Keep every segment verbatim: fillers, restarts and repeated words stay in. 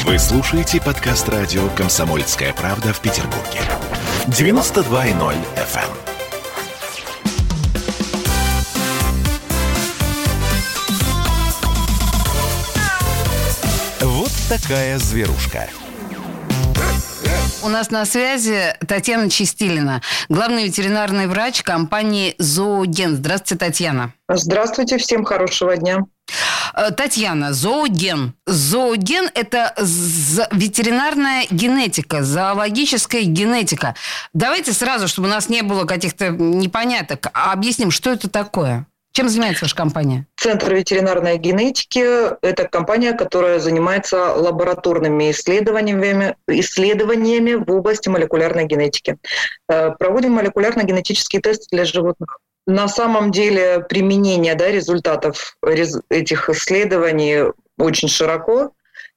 Вы слушаете подкаст радио «Комсомольская правда» в Петербурге. девяносто два и ноль эф эм. Вот такая зверушка. У нас на связи Татьяна Чистилина, главный ветеринарный врач компании «Зооген». Здравствуйте, Татьяна. Здравствуйте, всем хорошего дня. Татьяна, зооген. Зооген – это ветеринарная генетика, зоологическая генетика. Давайте сразу, чтобы у нас не было каких-то непоняток, объясним, что это такое. Чем занимается ваша компания? Центр ветеринарной генетики – это компания, которая занимается лабораторными исследованиями, исследованиями в области молекулярной генетики. Проводим молекулярно-генетические тесты для животных. На самом деле применение, да, результатов этих исследований очень широко.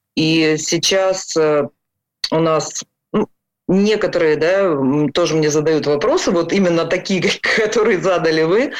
И сейчас у нас некоторые, да, тоже мне задают вопросы, вот именно такие, которые задали вы,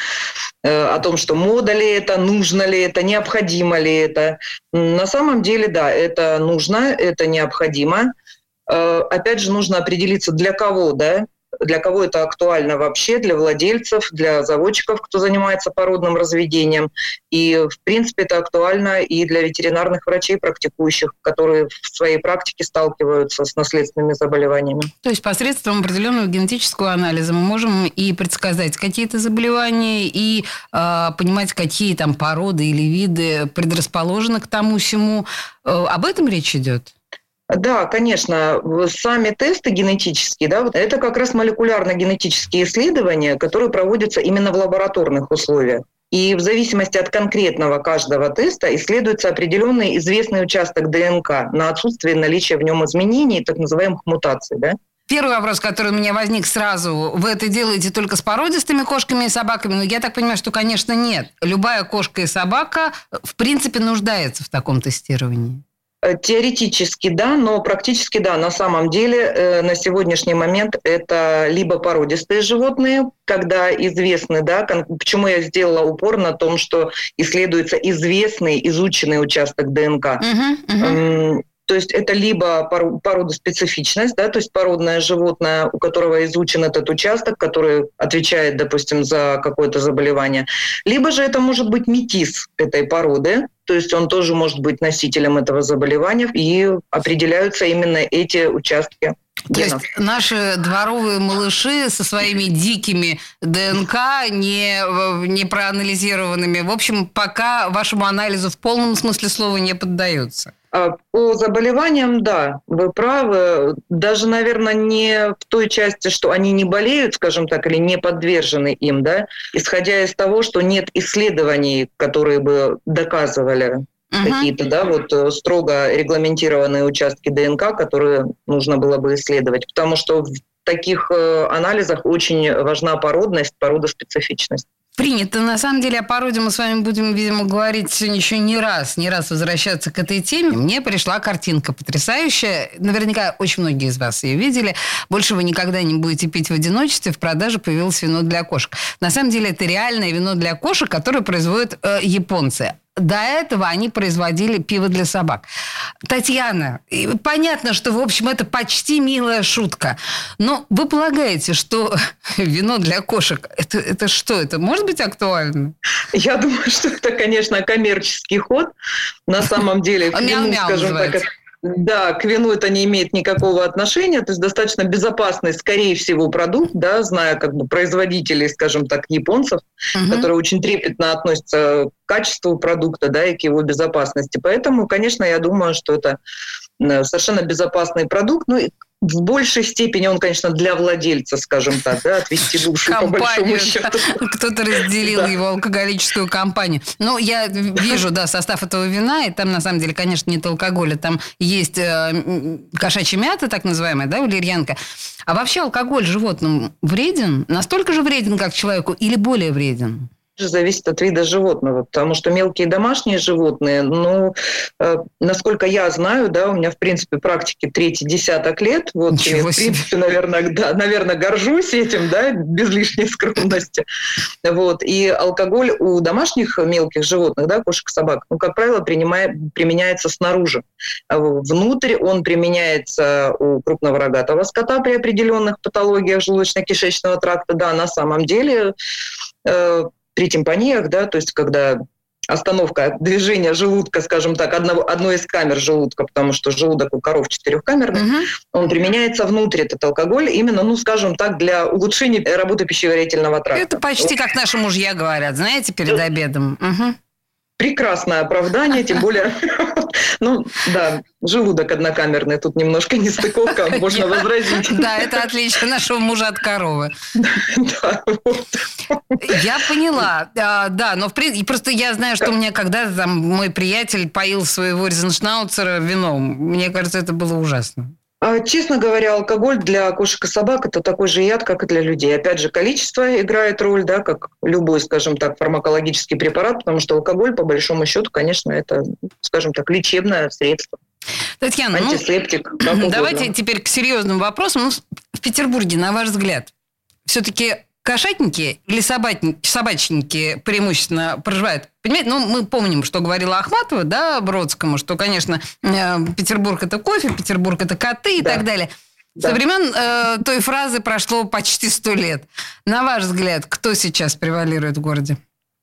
о том, что мода ли это, нужно ли это, необходимо ли это. На самом деле, да, это нужно, это необходимо. Опять же, нужно определиться, для кого, да, для кого это актуально вообще, для владельцев, для заводчиков, кто занимается породным разведением. И, в принципе, это актуально и для ветеринарных врачей, практикующих, которые в своей практике сталкиваются с наследственными заболеваниями. То есть посредством определенного генетического анализа мы можем и предсказать какие-то заболевания, и э, понимать, какие там породы или виды предрасположены к тому-сему. Э, об этом речь идет? Да, конечно. Сами тесты генетические, да, вот это как раз молекулярно-генетические исследования, которые проводятся именно в лабораторных условиях. И в зависимости от конкретного каждого теста исследуется определенный известный участок ДНК на отсутствие наличия в нем изменений, так называемых мутаций. Да? Первый вопрос, который у меня возник сразу. Вы это делаете только с породистыми кошками и собаками? Но я так понимаю, что, конечно, нет. Любая кошка и собака, в принципе, нуждается в таком тестировании. Теоретически да, но практически да. На самом деле э, на сегодняшний момент это либо породистые животные, когда известны, да, кон- почему я сделала упор на том, что исследуется известный, изученный участок ДНК. Uh-huh, uh-huh. Эм, то есть это либо породоспецифичность, да, то есть породное животное, у которого изучен этот участок, который отвечает, допустим, за какое-то заболевание, либо же это может быть метис этой породы, то есть он тоже может быть носителем этого заболевания, и определяются именно эти участки генов. То есть наши дворовые малыши со своими дикими ДНК, не, не проанализированными, в общем, пока вашему анализу в полном смысле слова не поддаются. По заболеваниям, да, вы правы. Даже, наверное, не в той части, что они не болеют, скажем так, или не подвержены им, да, исходя из того, что нет исследований, которые бы доказывали uh-huh. какие-то, да, вот строго регламентированные участки ДНК, которые нужно было бы исследовать. Потому что в таких анализах очень важна породность, породоспецифичность. Принято. На самом деле о породе мы с вами будем, видимо, говорить сегодня еще не раз, не раз возвращаться к этой теме. Мне пришла картинка потрясающая. Наверняка очень многие из вас ее видели. Больше вы никогда не будете пить в одиночестве. В продаже появилось вино для кошек. На самом деле это реальное вино для кошек, которое производят э, японцы. До этого они производили пиво для собак. Татьяна, понятно, что, в общем, это почти милая шутка. Но вы полагаете, что вино для кошек, это, это что? Это может быть актуально? Я думаю, что это, конечно, коммерческий ход. На самом деле, к вину, скажем так, да, к вину это не имеет никакого отношения, то есть достаточно безопасный, скорее всего, продукт, да, зная как бы производителей, скажем так, японцев, uh-huh. которые очень трепетно относятся к качеству продукта, да, и к его безопасности. Поэтому, конечно, я думаю, что это совершенно безопасный продукт. Ну, и в большей степени он, конечно, для владельца, скажем так, да, отвести душу по большому счету. Кто-то разделил его алкоголическую компанию. Ну, я вижу, да, состав этого вина, и там, на самом деле, конечно, нет алкоголя. Там есть э, кошачья мята, так называемая, да, валерьянка. А вообще алкоголь животным вреден? Настолько же вреден, как человеку, или более вреден? зависит от вида животного, потому что мелкие домашние животные, ну, э, насколько я знаю, да, у меня, в принципе, практики третий десяток лет, вот, и, в принципе, наверное, да, наверное, горжусь этим, да, без лишней скромности, вот, и алкоголь у домашних мелких животных, да, кошек и собак, ну, как правило, принимает, применяется снаружи, внутрь он применяется у крупного рогатого скота при определенных патологиях желудочно-кишечного тракта, да, на самом деле, э, при тимпаниях, да, то есть когда остановка движения желудка, скажем так, одного, одной из камер желудка, потому что желудок у коров четырехкамерный, угу. он применяется внутрь, этот алкоголь, именно, ну, скажем так, для улучшения работы пищеварительного тракта. Это почти как наши мужья говорят, знаете, перед обедом. Угу. Прекрасное оправдание, тем более, ну, да, желудок однокамерный, тут немножко нестыковка, можно возразить. Да, это отличие нашего мужа от коровы. Да, вот. Я поняла, да, но в принципе, просто я знаю, что у меня когда-то там мой приятель поил своего ризеншнауцера вином, мне кажется, это было ужасно. Честно говоря, алкоголь для кошек и собак – это такой же яд, как и для людей. Опять же, количество играет роль, да, как любой, скажем так, фармакологический препарат, потому что алкоголь, по большому счету, конечно, это, скажем так, лечебное средство. Татьяна, антисептик, ну, давайте теперь к серьезным вопросам. Ну, в Петербурге, на ваш взгляд, все-таки кошатники или собачники, собачники преимущественно проживают? Понимаете, ну, мы помним, что говорила Ахматова, да, Бродскому, что, конечно, Петербург – это кофе, Петербург – это коты и да. так далее. Да. Со времен э, той фразы прошло почти сто лет. На ваш взгляд, кто сейчас превалирует в городе?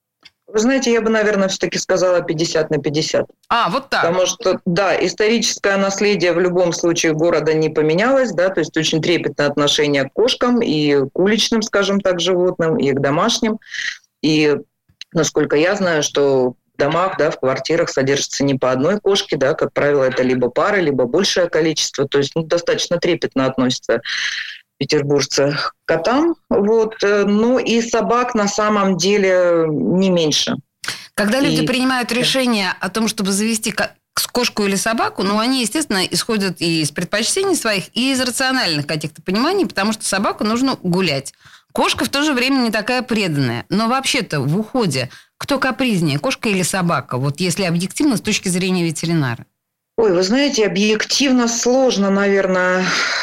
Вы знаете, я бы, наверное, все-таки сказала пятьдесят на пятьдесят. А, вот так. Потому что, да, историческое наследие в любом случае города не поменялось, да, то есть очень трепетное отношение к кошкам и к уличным, скажем так, животным, и к домашним. И, насколько я знаю, что в домах, да, в квартирах содержится не по одной кошке, да, как правило, это либо пары, либо большее количество, то есть ну, достаточно трепетно относятся петербуржцы к котам, вот, ну и собак на самом деле не меньше. Когда люди и... принимают решение о том, чтобы завести кошку или собаку, ну, они, естественно, исходят и из предпочтений своих, и из рациональных каких-то пониманий, потому что собаку нужно гулять. Кошка в то же время не такая преданная. Но вообще-то в уходе кто капризнее, кошка или собака? Вот если объективно с точки зрения ветеринара. Ой, вы знаете, объективно сложно, наверное,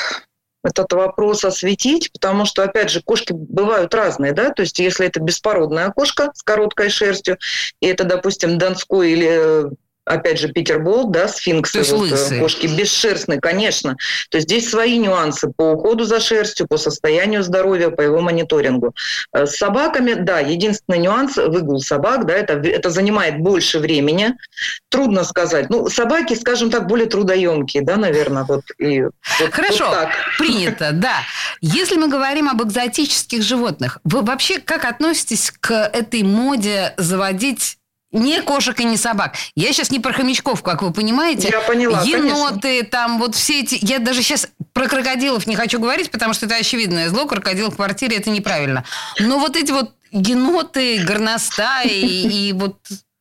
этот вопрос осветить, потому что, опять же, кошки бывают разные, да, то есть если это беспородная кошка с короткой шерстью, и это, допустим, донской или, опять же, питерболт, да, сфинксы, вот, кошки бесшерстные, конечно, то есть здесь свои нюансы по уходу за шерстью, по состоянию здоровья, по его мониторингу. С собаками, да, единственный нюанс – выгул собак, да, это, это занимает больше времени, трудно сказать. Ну, собаки, скажем так, более трудоемкие, да, наверное, вот. И, вот Хорошо, вот так. Принято, да. Если мы говорим об экзотических животных, вы вообще как относитесь к этой моде заводить не кошек и не собак? Я сейчас не про хомячков, как вы понимаете. Я поняла, Еноты, конечно. Там вот все эти... Я даже сейчас про крокодилов не хочу говорить, потому что это очевидное зло. Крокодил в квартире – это неправильно. Но вот эти вот еноты, горностаи и, и вот...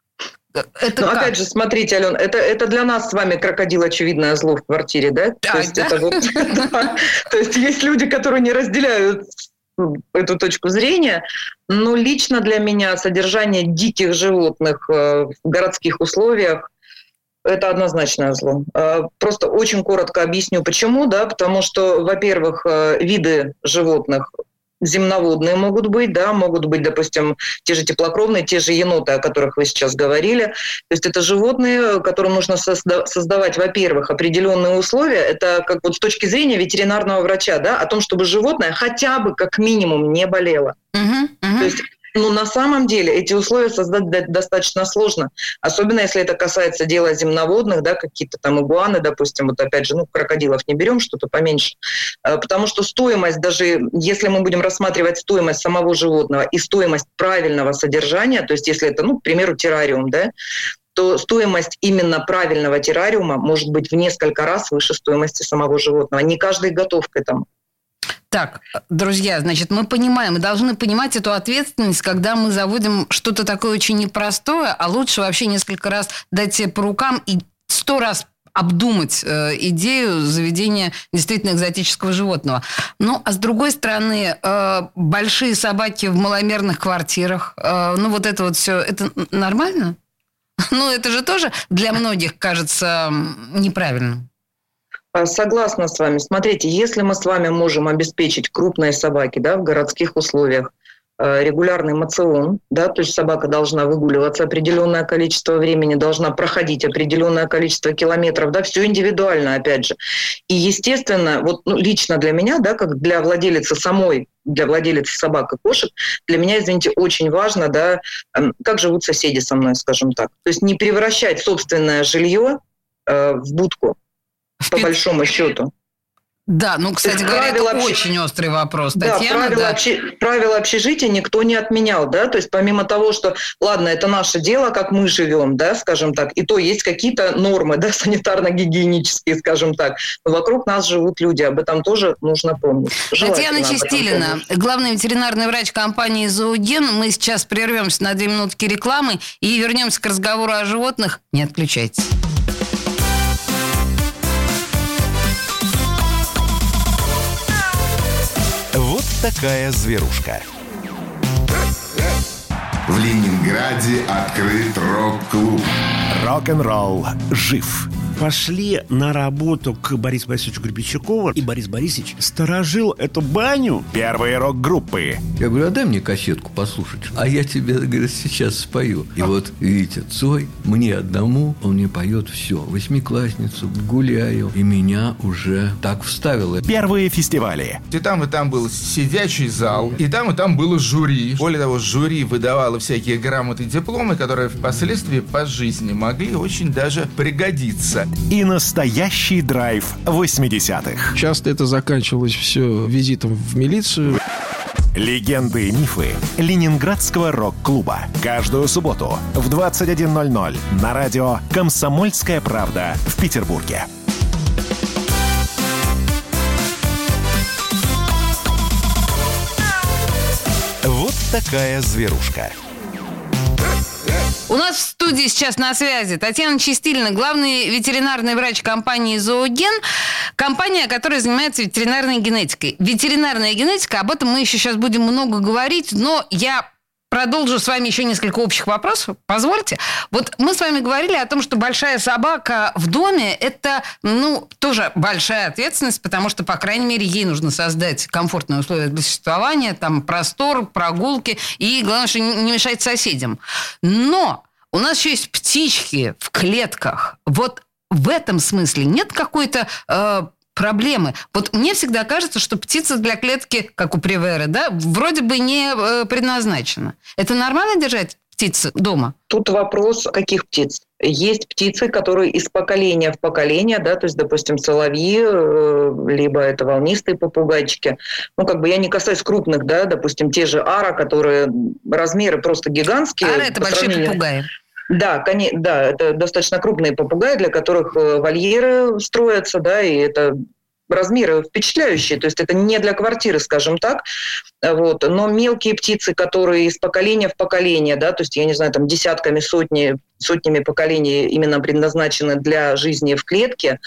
Это ну, опять же, смотрите, Ален, это, это для нас с вами крокодил очевидное зло в квартире, да? Да, то, есть да? Это вот, да. То есть есть люди, которые не разделяют эту точку зрения, но лично для меня содержание диких животных в городских условиях – это однозначное зло. Просто очень коротко объясню, почему, да, потому что, во-первых, виды животных земноводные могут быть, да, могут быть, допустим, те же теплокровные, те же еноты, о которых вы сейчас говорили. То есть это животные, которым нужно созда- создавать, во-первых, определенные условия. Это как вот с точки зрения ветеринарного врача, да, о том, чтобы животное хотя бы как минимум не болело. Uh-huh, uh-huh. То есть ну, на самом деле эти условия создать достаточно сложно. Особенно, если это касается дела земноводных, да, какие-то там игуаны, допустим, вот опять же, ну, крокодилов не берем, что-то поменьше. Потому что стоимость, даже если мы будем рассматривать стоимость самого животного и стоимость правильного содержания, то есть если это, ну, к примеру, террариум, да, то стоимость именно правильного террариума может быть в несколько раз выше стоимости самого животного. Не каждый готов к этому. Так, друзья, значит, мы понимаем, мы должны понимать эту ответственность, когда мы заводим что-то такое очень непростое, а лучше вообще несколько раз дать себе по рукам и сто раз обдумать э, идею заведения действительно экзотического животного. Ну, а с другой стороны, э, большие собаки в маломерных квартирах, э, ну, вот это вот все, это нормально? Ну, это же тоже для многих кажется неправильным. Согласна с вами. Смотрите, если мы с вами можем обеспечить крупные собаки, да, в городских условиях регулярный моцион, да, то есть собака должна выгуливаться определенное количество времени, должна проходить определенное количество километров, да, все индивидуально, опять же. И, естественно, вот ну, лично для меня, да, как для владелицы самой, для владелицы собак и кошек, для меня, извините, очень важно, да, как живут соседи со мной, скажем так. То есть не превращать собственное жилье э, в будку, по большому счету. Да, ну, кстати говоря, это общ... очень острый вопрос, да, Татьяна. Правила, да, обще... правила общежития никто не отменял, да, то есть помимо того, что, ладно, это наше дело, как мы живем, да, скажем так, и то есть какие-то нормы, да, санитарно-гигиенические, скажем так, но вокруг нас живут люди, об этом тоже нужно помнить. Татьяна Чистилина, главный ветеринарный врач компании «Зооген». Мы сейчас прервемся на две минутки рекламы и вернемся к разговору о животных. Не отключайтесь. Вот такая зверушка. В Ленинграде открыт рок-клуб. Рок-н-ролл жив. Пошли на работу к Борису Борисовичу Гребенщикову, и Борис Борисович сторожил эту баню. Первые рок-группы. Я говорю, а дай мне кассетку послушать. А я тебе, говорит, сейчас спою. И вот, видите, Цой, мне одному, он мне поет все. Восьмиклассницу, гуляю. И меня уже так вставило. Первые фестивали. И там, и там был сидячий зал, и там, и там было жюри. Более того, жюри выдавало всякие грамоты и дипломы, которые впоследствии по жизни могли очень даже пригодиться. И настоящий драйв восьмидесятых. Часто это заканчивалось все визитом в милицию. Легенды и мифы Ленинградского рок-клуба. Каждую субботу в двадцать один ноль ноль на радио «Комсомольская правда» в Петербурге. Вот такая зверушка. У нас в студии сейчас на связи Татьяна Чистилина, главный ветеринарный врач компании «Зооген», компания, которая занимается ветеринарной генетикой. Ветеринарная генетика, об этом мы еще сейчас будем много говорить, но я продолжу с вами еще несколько общих вопросов. Позвольте. Вот мы с вами говорили о том, что большая собака в доме – это, ну, тоже большая ответственность, потому что, по крайней мере, ей нужно создать комфортные условия для существования, там, простор, прогулки, и, главное, что не мешать соседям. Но у нас еще есть птички в клетках. Вот в этом смысле нет какой-то э, проблемы. Вот мне всегда кажется, что птица для клетки, как у Привера, да, вроде бы не э, предназначена. Это нормально держать птиц дома? Тут вопрос, каких птиц? Есть птицы, которые из поколения в поколение, да, то есть, допустим, соловьи, либо это волнистые попугайчики. Ну, как бы я не касаюсь крупных, да, допустим, те же ара, которые размеры просто гигантские. Ара – это большие сравнению... попугаи. Да, конечно, да, это достаточно крупные попугаи, для которых вольеры строятся, да, и это размеры впечатляющие, то есть это не для квартиры, скажем так, вот. Но мелкие птицы, которые из поколения в поколение, да, то есть, я не знаю, там десятками, сотни, сотнями поколений именно предназначены для жизни в клетке,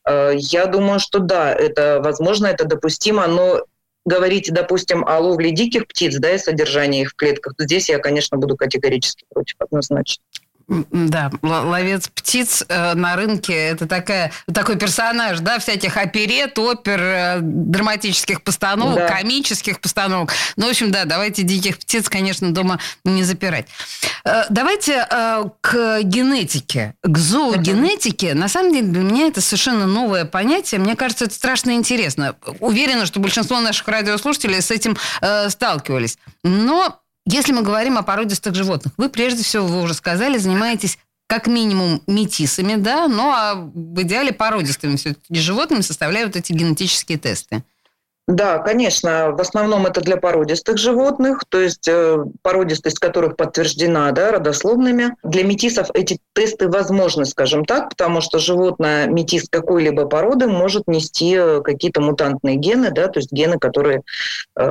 я думаю, что да, это возможно, это допустимо, но говорить, допустим, о ловле диких птиц, да, и содержании их в клетках, здесь я, конечно, буду категорически против, однозначно. Да, ловец птиц э, на рынке – это такая, такой персонаж, да, всяких оперет, опер, э, драматических постановок, да. комических постановок. Ну, в общем, да, давайте диких птиц, конечно, дома не запирать. Э, давайте э, к генетике, к зоогенетике. Uh-huh. На самом деле для меня это совершенно новое понятие. Мне кажется, это страшно интересно. Уверена, что большинство наших радиослушателей с этим э, сталкивались. Но... Если мы говорим о породистых животных, вы прежде всего, вы уже сказали, занимаетесь как минимум метисами, да, ну а в идеале породистыми все-таки животными составляют эти генетические тесты. Да, конечно, в основном это для породистых животных, то есть э, породистость которых подтверждена, да, родословными. Для метисов эти тесты возможны, скажем так, потому что животное метис какой-либо породы может нести какие-то мутантные гены, да, то есть гены, которые э,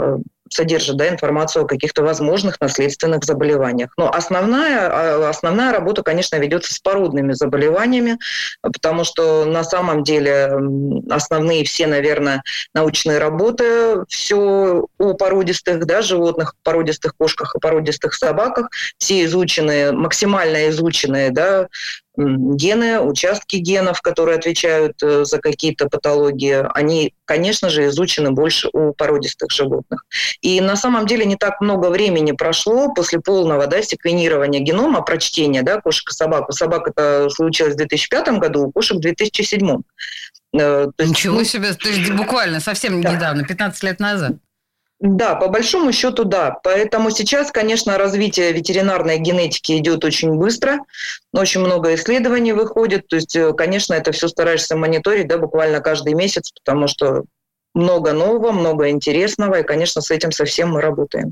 содержит, да, информацию о каких-то возможных наследственных заболеваниях. Но основная, основная работа, конечно, ведется с породными заболеваниями, потому что на самом деле основные все, наверное, научные работы, все о породистых, да, животных, породистых кошках и породистых собаках, все изученные, максимально изученные, да, гены, участки генов, которые отвечают за какие-то патологии, они, конечно же, изучены больше у породистых животных. И на самом деле не так много времени прошло после полного, да, секвенирования генома, прочтения, да, кошек и собак. У собак это случилось в две тысячи пятом году, у кошек в две тысячи седьмом. То есть, Ничего ну, себе, то есть буквально совсем да. недавно, пятнадцать лет назад. Да, по большому счету, да. Поэтому сейчас, конечно, развитие ветеринарной генетики идет очень быстро, очень много исследований выходит. То есть, конечно, это все стараешься мониторить, да, буквально каждый месяц, потому что много нового, много интересного, и, конечно, с этим совсем мы работаем.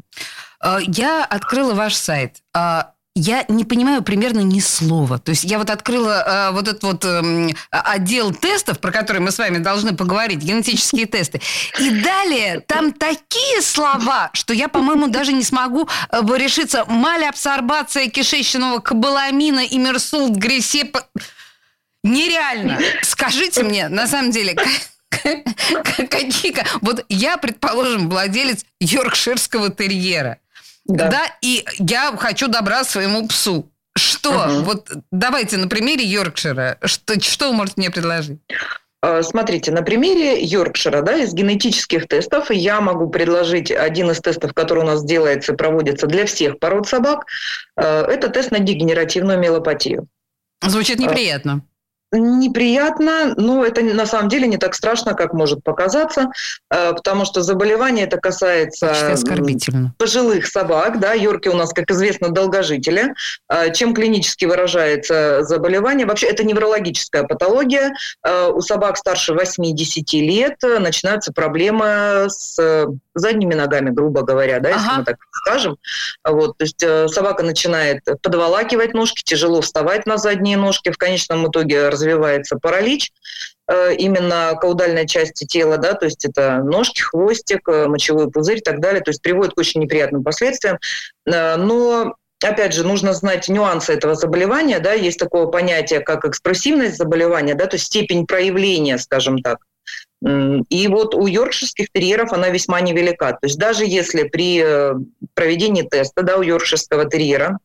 Я открыла ваш сайт. Я не понимаю примерно ни слова. То есть я вот открыла э, вот этот вот э, отдел тестов, про которые мы с вами должны поговорить, генетические тесты. И далее там такие слова, что я, по-моему, даже не смогу э, решиться. Малеабсорбация кишечного кобаламина, имерсулт, грисеп... Нереально. Скажите мне, на самом деле... Какие... Вот я, предположим, владелец йоркширского терьера. Да. да, и я хочу добра своему псу. Что? Uh-huh. Вот давайте на примере Йоркшира. Что, что вы можете мне предложить? Смотрите, на примере Йоркшира, да, из генетических тестов я могу предложить один из тестов, который у нас делается и проводится для всех пород собак. Это тест на дегенеративную миелопатию. Звучит неприятно. Неприятно, но это на самом деле не так страшно, как может показаться, потому что заболевание это касается пожилых собак, да, йорки у нас, как известно, долгожители. Чем клинически выражается заболевание? Вообще это неврологическая патология. У собак старше восьмидесяти лет начинаются проблемы с задними ногами, грубо говоря, да, ага. если мы так скажем. Вот, то есть собака начинает подволакивать ножки, тяжело вставать на задние ножки, в конечном итоге развивается паралич именно каудальной части тела, да, то есть это ножки, хвостик, мочевой пузырь и так далее, то есть приводит к очень неприятным последствиям. Но опять же, нужно знать нюансы этого заболевания, да, есть такое понятие, как экспрессивность заболевания, да, то есть степень проявления, скажем так. И вот у йоркширских терьеров она весьма невелика. То есть даже если при проведении теста, да, у йоркширского терьера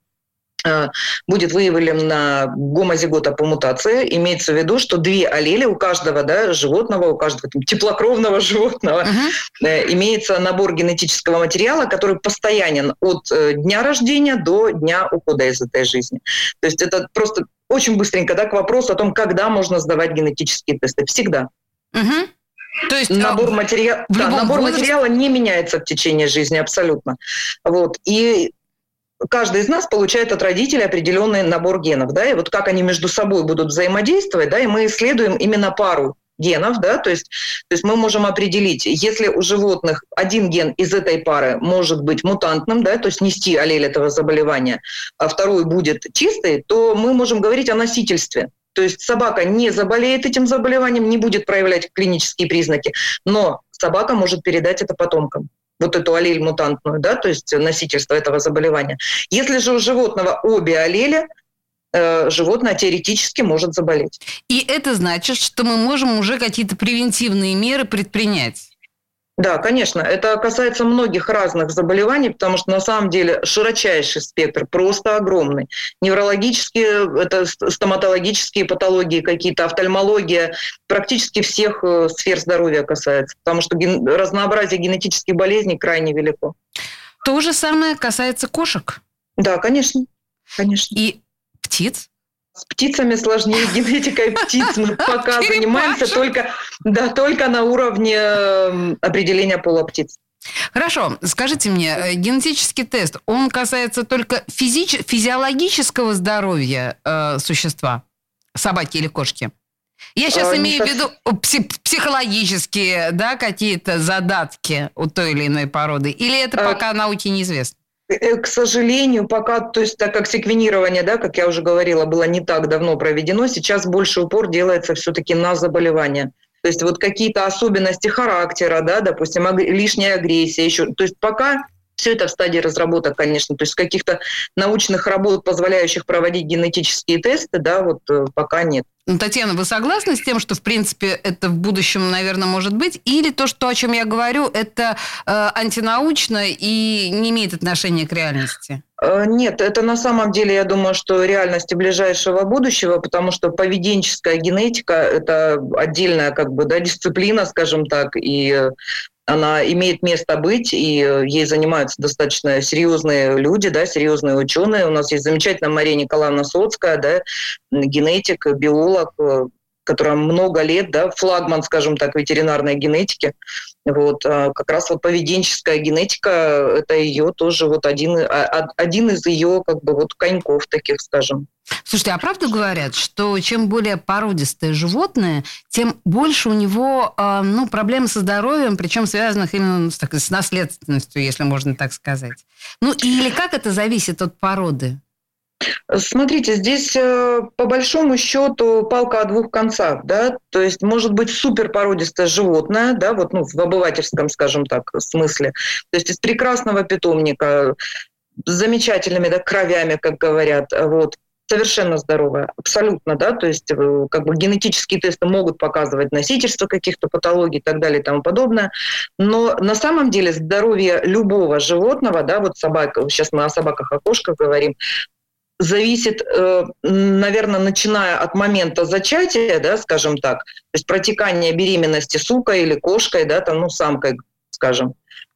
будет выявлена гомозигота по мутации, имеется в виду, что две аллели у каждого, да, животного, у каждого там, теплокровного животного uh-huh. имеется набор генетического материала, который постоянен от дня рождения до дня ухода из этой жизни. То есть это просто очень быстренько, да, к вопросу о том, когда можно сдавать генетические тесты. Всегда. Uh-huh. То есть набор, материала, да, набор материала не меняется в течение жизни абсолютно. Вот. И каждый из нас получает от родителей определенный набор генов, да, и вот как они между собой будут взаимодействовать, да, и мы исследуем именно пару генов, да, то есть, то есть мы можем определить, если у животных один ген из этой пары может быть мутантным, да, то есть нести аллель этого заболевания, а второй будет чистый, то мы можем говорить о носительстве. То есть собака не заболеет этим заболеванием, не будет проявлять клинические признаки, но собака может передать это потомкам. Вот эту аллель мутантную, да, то есть носительство этого заболевания. Если же у животного обе аллели, э, животное теоретически может заболеть. И это значит, что мы можем уже какие-то превентивные меры предпринять? Да, конечно. Это касается многих разных заболеваний, потому что на самом деле широчайший спектр, просто огромный. Неврологические, это стоматологические патологии какие-то, офтальмология, практически всех сфер здоровья касается, потому что ген... разнообразие генетических болезней крайне велико. То же самое касается кошек? Да, конечно. конечно. И птиц? С птицами сложнее, генетикой птиц мы пока занимаемся только, да, только на уровне определения пола птиц. Хорошо, скажите мне, генетический тест, он касается только физич... физиологического здоровья э, существа, собаки или кошки? Я сейчас а, имею в виду психологические, да, какие-то задатки у той или иной породы, или это а... пока науке неизвестно? К сожалению, пока, то есть так как секвенирование, да, как я уже говорила, было не так давно проведено, сейчас больше упор делается все-таки на заболевания. То есть вот какие-то особенности характера, да, допустим, аг- лишняя агрессия еще. То есть пока все это в стадии разработок, конечно. То есть каких-то научных работ, позволяющих проводить генетические тесты, да, вот пока нет. Ну, Татьяна, вы согласны с тем, что, в принципе, это в будущем, наверное, может быть? Или то, что, о чем я говорю, это э, антинаучно и не имеет отношения к реальности? Нет, это на самом деле, я думаю, что реальности ближайшего будущего, потому что поведенческая генетика – это отдельная как бы, да, дисциплина, скажем так, и она имеет место быть, и ей занимаются достаточно серьезные люди, да, серьезные ученые. У нас есть замечательная Мария Николаевна Соцкая, да, генетик, биолог, которая много лет, да, флагман, скажем так, ветеринарной генетики. Вот, как раз вот поведенческая генетика – это ее тоже вот один, один из ее как бы вот коньков таких, скажем. Слушайте, а правда говорят, что чем более породистое животное, тем больше у него э, ну, проблем со здоровьем, причем связанных именно с, так, с наследственностью, если можно так сказать? Ну, или как это зависит от породы? Смотрите, здесь по большому счету палка о двух концах, да, то есть может быть суперпородистое животное, да, вот ну, в обывательском, скажем так, смысле, то есть из прекрасного питомника с замечательными, да, кровями, как говорят, вот, совершенно здоровая, абсолютно, да, то есть как бы генетические тесты могут показывать носительство каких-то патологий и так далее и тому подобное, но на самом деле здоровье любого животного, да, вот собака, сейчас мы о собаках, о кошках говорим, зависит, наверное, начиная от момента зачатия, да, скажем так, то есть протекания беременности сукой или кошкой, да, там, ну, самкой, скажем.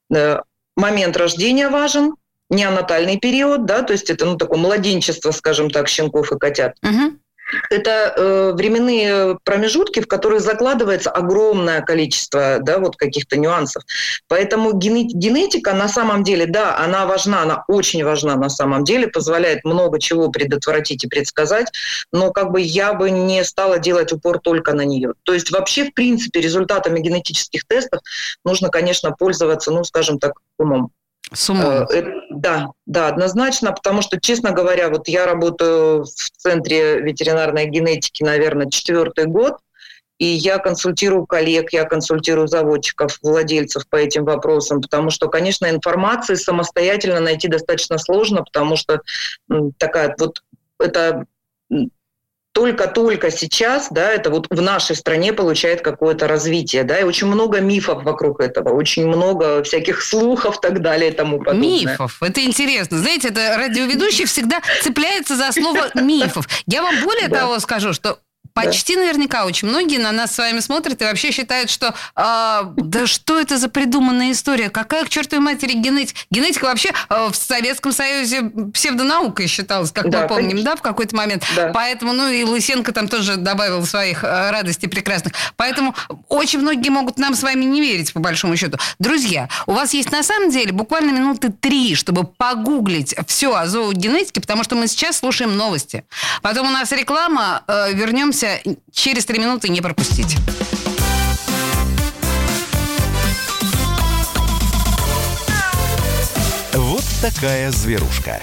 Момент рождения важен, неонатальный период, да, то есть это, ну, такое младенчество, скажем так, щенков и котят. Угу. Это э, временные промежутки, в которые закладывается огромное количество, да, вот каких-то нюансов. Поэтому генетика на самом деле, да, она важна, она очень важна на самом деле, позволяет много чего предотвратить и предсказать, но как бы я бы не стала делать упор только на нее. То есть вообще, в принципе, результатами генетических тестов нужно, конечно, пользоваться, ну, скажем так, умом. С умом. Э, да, да, однозначно, потому что, честно говоря, вот я работаю в Центре ветеринарной генетики, наверное, четвертый год, и я консультирую коллег, я консультирую заводчиков, владельцев по этим вопросам, потому что, конечно, информации самостоятельно найти достаточно сложно, потому что такая вот это только-только сейчас, да, это вот в нашей стране получает какое-то развитие, да, и очень много мифов вокруг этого, очень много всяких слухов и так далее и тому подобное. Мифов, это интересно. Знаете, это радиоведущий всегда цепляется за слово мифов. Я вам более да. того скажу, что почти да. наверняка очень многие на нас с вами смотрят и вообще считают, что а, да что это за придуманная история? Какая к чертовой матери генетика? Генетика вообще а, в Советском Союзе псевдонаукой считалась, как да, мы помним, конечно. да, в какой-то момент. Да. Поэтому, ну и Лысенко там тоже добавил своих а, радостей прекрасных. Поэтому очень многие могут нам с вами не верить, по большому счету. Друзья, у вас есть на самом деле буквально минуты три, чтобы погуглить все о зоогенетике, потому что мы сейчас слушаем новости. Потом у нас реклама, а, вернемся через три минуты, не пропустите. Вот такая зверушка.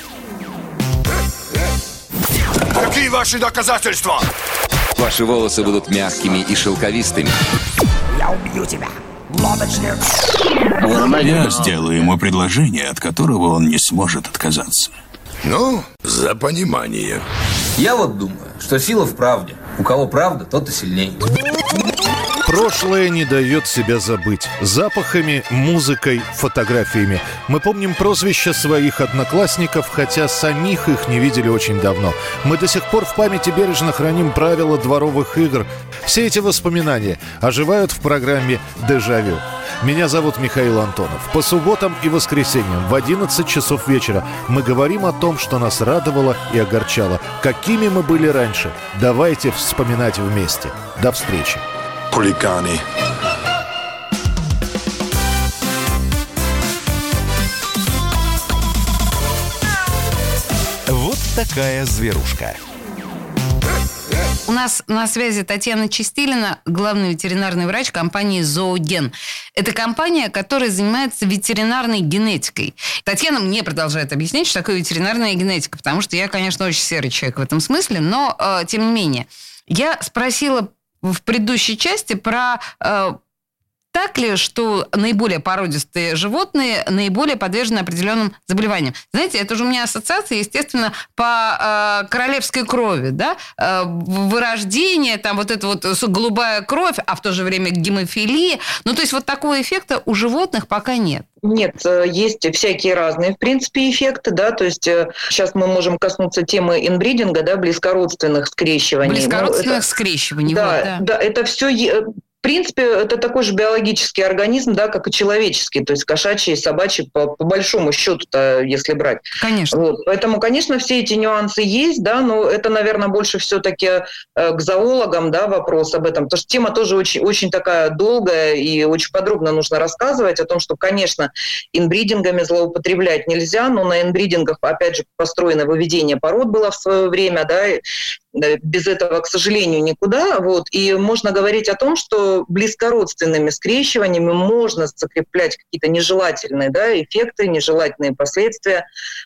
Какие ваши доказательства? Ваши волосы будут мягкими и шелковистыми. Я убью тебя, лодочник. Я сделаю ему предложение, от которого он не сможет отказаться. Ну, за понимание. Я вот думаю, что сила в правде. У кого правда, тот и сильней. Прошлое не дает себя забыть. Запахами, музыкой, фотографиями. Мы помним прозвища своих одноклассников, хотя самих их не видели очень давно. Мы до сих пор в памяти бережно храним правила дворовых игр. Все эти воспоминания оживают в программе «Дежавю». Меня зовут Михаил Антонов. По субботам и воскресеньям в одиннадцать часов вечера мы говорим о том, что нас радовало и огорчало. Какими мы были раньше. Давайте вспоминать вместе. До встречи. Хулиганы. Вот такая зверушка. У нас на связи Татьяна Чистилина, главный ветеринарный врач компании «Зооген». Это компания, которая занимается ветеринарной генетикой. Татьяна мне продолжает объяснять, что такое ветеринарная генетика, потому что я, конечно, очень серый человек в этом смысле, но, э, тем не менее. Я спросила в предыдущей части про... Э, Так ли, что наиболее породистые животные наиболее подвержены определенным заболеваниям? Знаете, это же у меня ассоциация, естественно, по э, королевской крови, да? Э, вырождение, там вот эта вот голубая кровь, а в то же время гемофилия. Ну, то есть вот такого эффекта у животных пока нет. Нет, есть всякие разные, в принципе, эффекты, да, то есть сейчас мы можем коснуться темы инбридинга, да, близкородственных скрещиваний. Близкородственных это, скрещиваний, да, вот, да. Да, это все... В принципе, это такой же биологический организм, да, как и человеческий, то есть кошачий, собачий, по, по большому счету-то, если брать. Конечно. Вот. Поэтому, конечно, все эти нюансы есть, да, но это, наверное, больше все-таки э, к зоологам, да, вопрос об этом, потому что тема тоже очень, очень такая долгая и очень подробно нужно рассказывать о том, что, конечно, инбридингами злоупотреблять нельзя, но на инбридингах, опять же, построено выведение пород было в свое время, да, и без этого, к сожалению, никуда. Вот. И можно говорить о том, что близкородственными скрещиваниями можно закреплять какие-то нежелательные, да, эффекты, нежелательные последствия.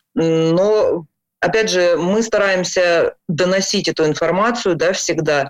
Но, опять же, мы стараемся доносить эту информацию, да, всегда.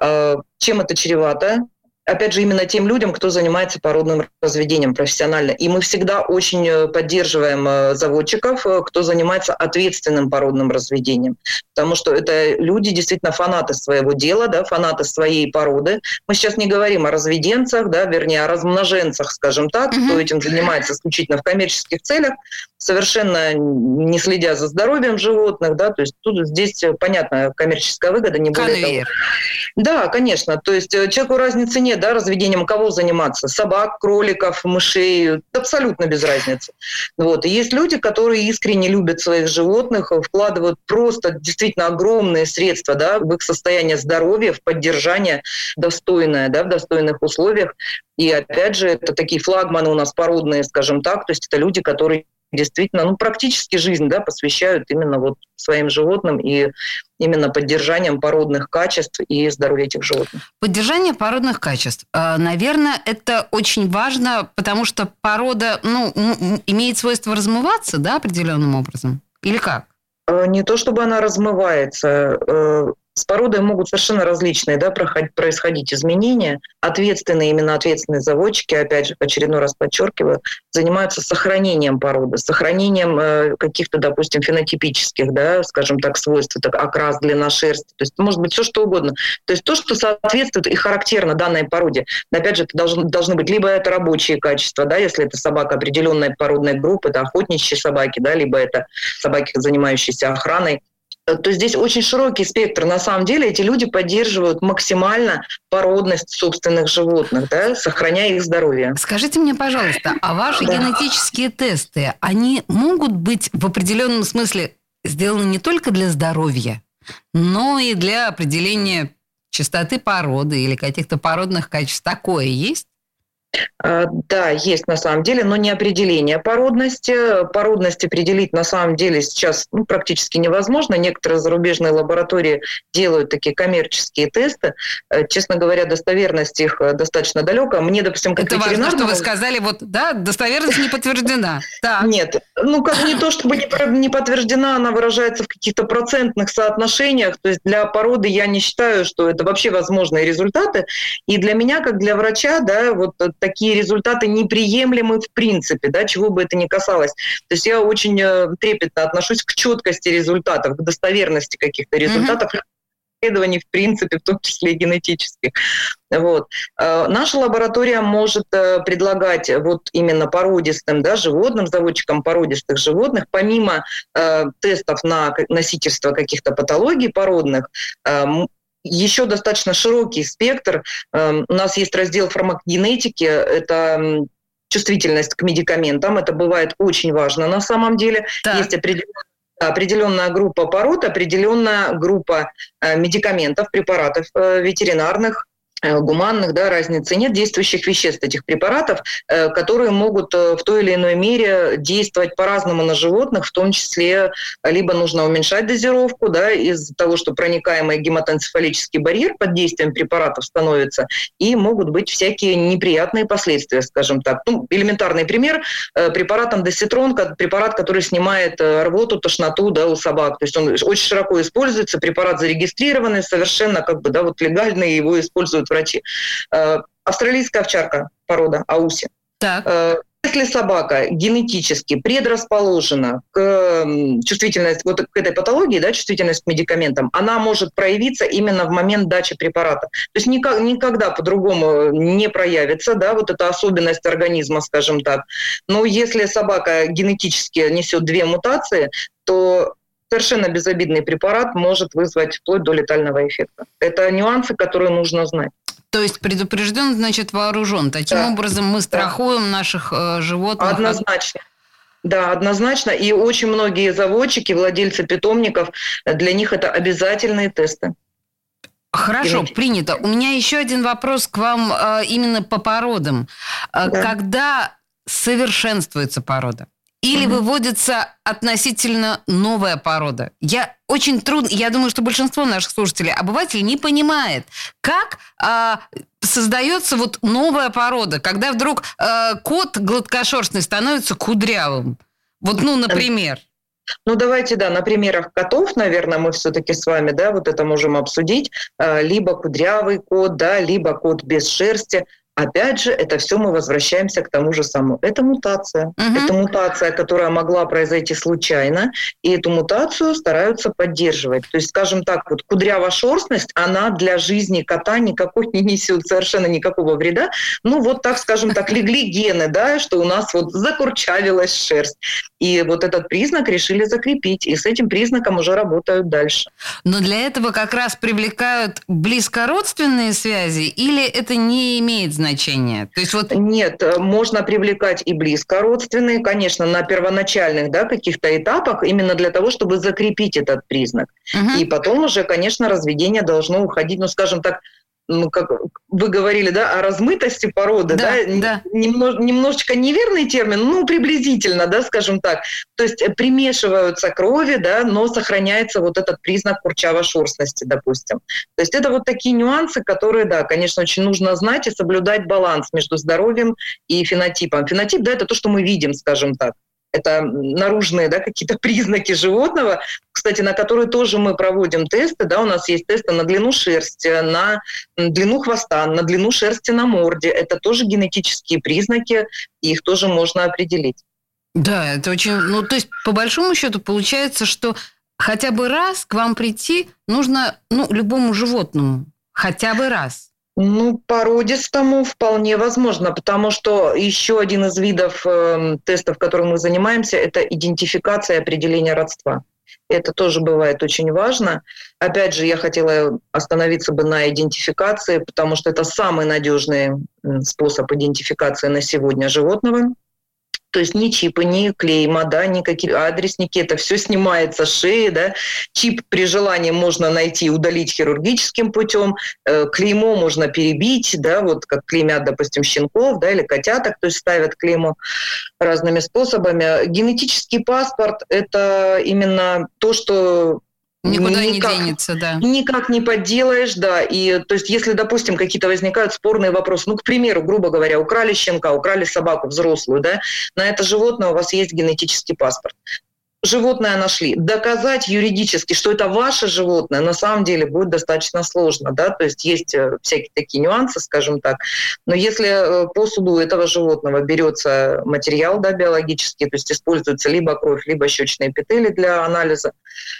Чем это чревато? Опять же, именно тем людям, кто занимается породным разведением профессионально. И мы всегда очень поддерживаем заводчиков, кто занимается ответственным породным разведением. Потому что это люди, действительно, фанаты своего дела, да, фанаты своей породы. Мы сейчас не говорим о разведенцах, да, вернее, о размноженцах, скажем так, mm-hmm. кто этим занимается исключительно в коммерческих целях, совершенно не следя за здоровьем животных. Да, то есть тут здесь, понятно, коммерческая выгода, не более Конвейер. того. Да, конечно. То есть человеку разницы нет, да, разведением кого заниматься? Собак, кроликов, мышей, абсолютно без разницы. Вот. И есть люди, которые искренне любят своих животных, вкладывают просто действительно огромные средства, да, в их состояние здоровья, в поддержание достойное, да, в достойных условиях. И опять же, это такие флагманы у нас породные, скажем так, то есть это люди, которые действительно, ну, практически жизнь, да, посвящают именно вот своим животным и именно поддержанием породных качеств и здоровья этих животных. Поддержание породных качеств. Наверное, это очень важно, потому что порода, ну, имеет свойство размываться, да, определенным образом? Или как? Не то, чтобы она размывается. С породой могут совершенно различные, да, происходить изменения. Ответственные, именно ответственные заводчики, опять же, в очередной раз подчеркиваю, занимаются сохранением породы, сохранением э, каких-то, допустим, фенотипических, да, скажем так, свойств, так, окрас, длина шерсти, то есть может быть все что угодно. То есть то, что соответствует и характерно данной породе. Опять же, это должны, должны быть либо это рабочие качества, да, если это собака определенной породной группы, это охотничьи собаки, да, либо это собаки, занимающиеся охраной. То здесь очень широкий спектр. На самом деле эти люди поддерживают максимально породность собственных животных, да, сохраняя их здоровье. Скажите мне, пожалуйста, а ваши да. генетические тесты, они могут быть в определенном смысле сделаны не только для здоровья, но и для определения чистоты породы или каких-то породных качеств? Такое есть? Да, есть на самом деле, но не определение породности. Породность определить на самом деле сейчас ну, практически невозможно. Некоторые зарубежные лаборатории делают такие коммерческие тесты. Честно говоря, достоверность их достаточно далека. Мне, допустим, как Это ветеринар... важно, что вы сказали, вот, да, достоверность не подтверждена. Так. Нет, ну как не то, чтобы не подтверждена, она выражается в каких-то процентных соотношениях. То есть для породы я не считаю, что это вообще возможные результаты. И для меня, как для врача, да, вот такие результаты неприемлемы в принципе, да, чего бы это ни касалось. То есть я очень трепетно отношусь к четкости результатов, к достоверности каких-то результатов, mm-hmm. исследований в принципе, в том числе генетических. Вот. Наша лаборатория может предлагать вот именно породистым, да, животным, заводчикам породистых животных, помимо э, тестов на носительство каких-то патологий породных, э, еще достаточно широкий спектр. У нас есть раздел фармакогенетики, это чувствительность к медикаментам, это бывает очень важно на самом деле. Так. Есть определенная, определенная группа пород, определенная группа медикаментов, препаратов ветеринарных, гуманных, да, разницы нет, действующих веществ этих препаратов, которые могут в той или иной мере действовать по-разному на животных, в том числе либо нужно уменьшать дозировку, да, из-за того, что проникаемый гематоэнцефалический барьер под действием препаратов становится, и могут быть всякие неприятные последствия, скажем так. Ну, элементарный пример, препарат андоситрон, препарат, который снимает рвоту, тошноту, да, у собак. То есть он очень широко используется, препарат зарегистрированный, совершенно как бы, да, вот легальный, его используют делают врачи. Австралийская овчарка, порода ауси. Так. Если собака генетически предрасположена к чувствительности, вот к этой патологии, да, чувствительность к медикаментам, она может проявиться именно в момент дачи препарата. То есть никак, никогда по-другому не проявится, да, вот эта особенность организма, скажем так. Но если собака генетически несет две мутации, то совершенно безобидный препарат может вызвать вплоть до летального эффекта. Это нюансы, которые нужно знать. То есть предупрежден, значит, вооружен. Таким да. образом мы страхуем да. наших э, животных. Однозначно. Да, однозначно. И очень многие заводчики, владельцы питомников, для них это обязательные тесты. Хорошо, принято. У меня еще один вопрос к вам э, именно по породам. Да. Когда совершенствуется порода? Или угу. выводится относительно новая порода? Я очень трудно, я думаю, что большинство наших слушателей, обывателей не понимает, как а, создается вот новая порода, когда вдруг а, кот гладкошерстный становится кудрявым. Вот, ну, например. Ну, давайте, да, на примерах котов, наверное, мы все-таки с вами, да, вот это можем обсудить. Либо кудрявый кот, да, либо кот без шерсти. Опять же, это все мы возвращаемся к тому же самому. Это мутация. Uh-huh. Это мутация, которая могла произойти случайно, и эту мутацию стараются поддерживать. То есть, скажем так, вот кудрявошерстность, она для жизни кота никакой не несет совершенно никакого вреда. Ну, вот так, скажем так, легли гены, да, что у нас вот закурчавилась шерсть. И вот этот признак решили закрепить, и с этим признаком уже работают дальше. Но для этого как раз привлекают близкородственные связи, или это не имеет значения? То есть вот... Нет, можно привлекать и близкородственные, конечно, на первоначальных, да, каких-то этапах, именно для того, чтобы закрепить этот признак. Угу. И потом уже, конечно, разведение должно уходить, ну, скажем так, ну, как вы говорили, да, о размытости породы, да, да, да. Немнож, немножечко неверный термин, ну, приблизительно, да, скажем так. То есть примешиваются крови, да, но сохраняется вот этот признак курчавошерстности, допустим. То есть это вот такие нюансы, которые, да, конечно, очень нужно знать и соблюдать баланс между здоровьем и фенотипом. Фенотип, да, это то, что мы видим, скажем так. Это наружные, да, какие-то признаки животного, кстати, на которые тоже мы проводим тесты. Да, у нас есть тесты на длину шерсти, на длину хвоста, на длину шерсти на морде. Это тоже генетические признаки, и их тоже можно определить. Да, это очень... Ну, то есть, по большому счету, получается, что хотя бы раз к вам прийти нужно, ну, любому животному. Хотя бы раз. Ну, породистому вполне возможно, потому что еще один из видов э, тестов, которым мы занимаемся, это идентификация и определение родства. Это тоже бывает очень важно. Опять же, я хотела остановиться бы на идентификации, потому что это самый надежный способ идентификации на сегодня животного. То есть ни чипы, ни клейма, да, никакие адресники, это все снимается с шеи, да. Чип при желании можно найти, удалить хирургическим путем, э, клеймо можно перебить, да, вот как клеймят, допустим, щенков, да, или котяток, то есть ставят клеймо разными способами. Генетический паспорт – это именно то, что Никуда никак, не денется, да. Никак не подделаешь, да. И, то есть, если, допустим, какие-то возникают спорные вопросы, ну, к примеру, грубо говоря, украли щенка, украли собаку взрослую, да, на это животное у вас есть генетический паспорт. Животное нашли. Доказать юридически, что это ваше животное, на самом деле будет достаточно сложно, да, то есть есть всякие такие нюансы, скажем так. Но если по суду этого животного берется материал, да, биологический, то есть используется либо кровь, либо щечные эпители для анализа,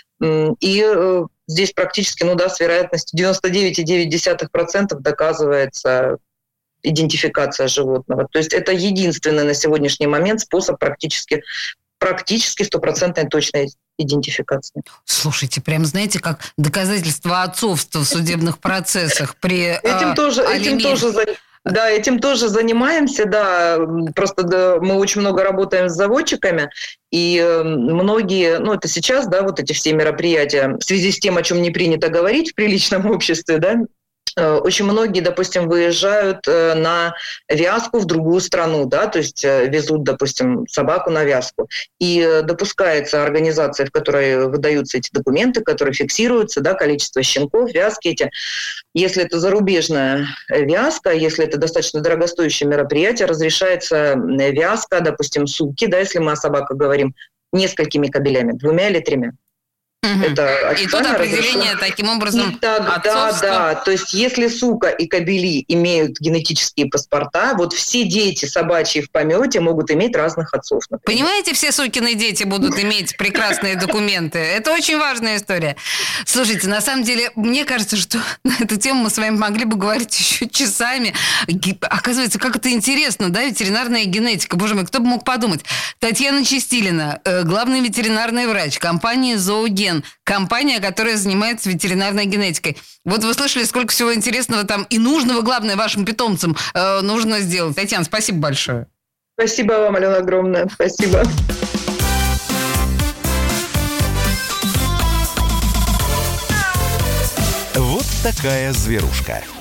и э, здесь практически, ну да, с вероятностью девяносто девять целых девять десятых процента доказывается идентификация животного. То есть это единственный на сегодняшний момент способ практически, практически стопроцентной точной идентификации. Слушайте, прям знаете, как доказательство отцовства в судебных процессах при Этим тоже, этим тоже Да, этим тоже занимаемся, да, просто да, мы очень много работаем с заводчиками, и многие, ну это сейчас, да, вот эти все мероприятия, в связи с тем, о чем не принято говорить в приличном обществе, да, очень многие, допустим, выезжают на вязку в другую страну, да, то есть везут, допустим, собаку на вязку. И допускается организация, в которой выдаются эти документы, которые фиксируются, да, количество щенков, вязки эти. Если это зарубежная вязка, если это достаточно дорогостоящее мероприятие, разрешается вязка, допустим, сутки, да, если мы о собаках говорим, несколькими кабелями, двумя или тремя. Угу. Это и тут определение таким образом и тогда, отцовства. Да, то есть если сука и кобели имеют генетические паспорта, вот все дети собачьи в помете могут иметь разных отцов. Например. Понимаете, все сукины дети будут иметь прекрасные документы. Это очень важная история. Слушайте, на самом деле, мне кажется, что на эту тему мы с вами могли бы говорить еще часами. Оказывается, как это интересно, да, ветеринарная генетика. Боже мой, кто бы мог подумать. Татьяна Чистилина, главный ветеринарный врач компании «Зооген», компания, которая занимается ветеринарной генетикой. Вот вы слышали, сколько всего интересного там и нужного, главное, вашим питомцам э, нужно сделать. Татьяна, спасибо большое. Спасибо вам, Алена, огромное. Спасибо. Вот такая зверушка.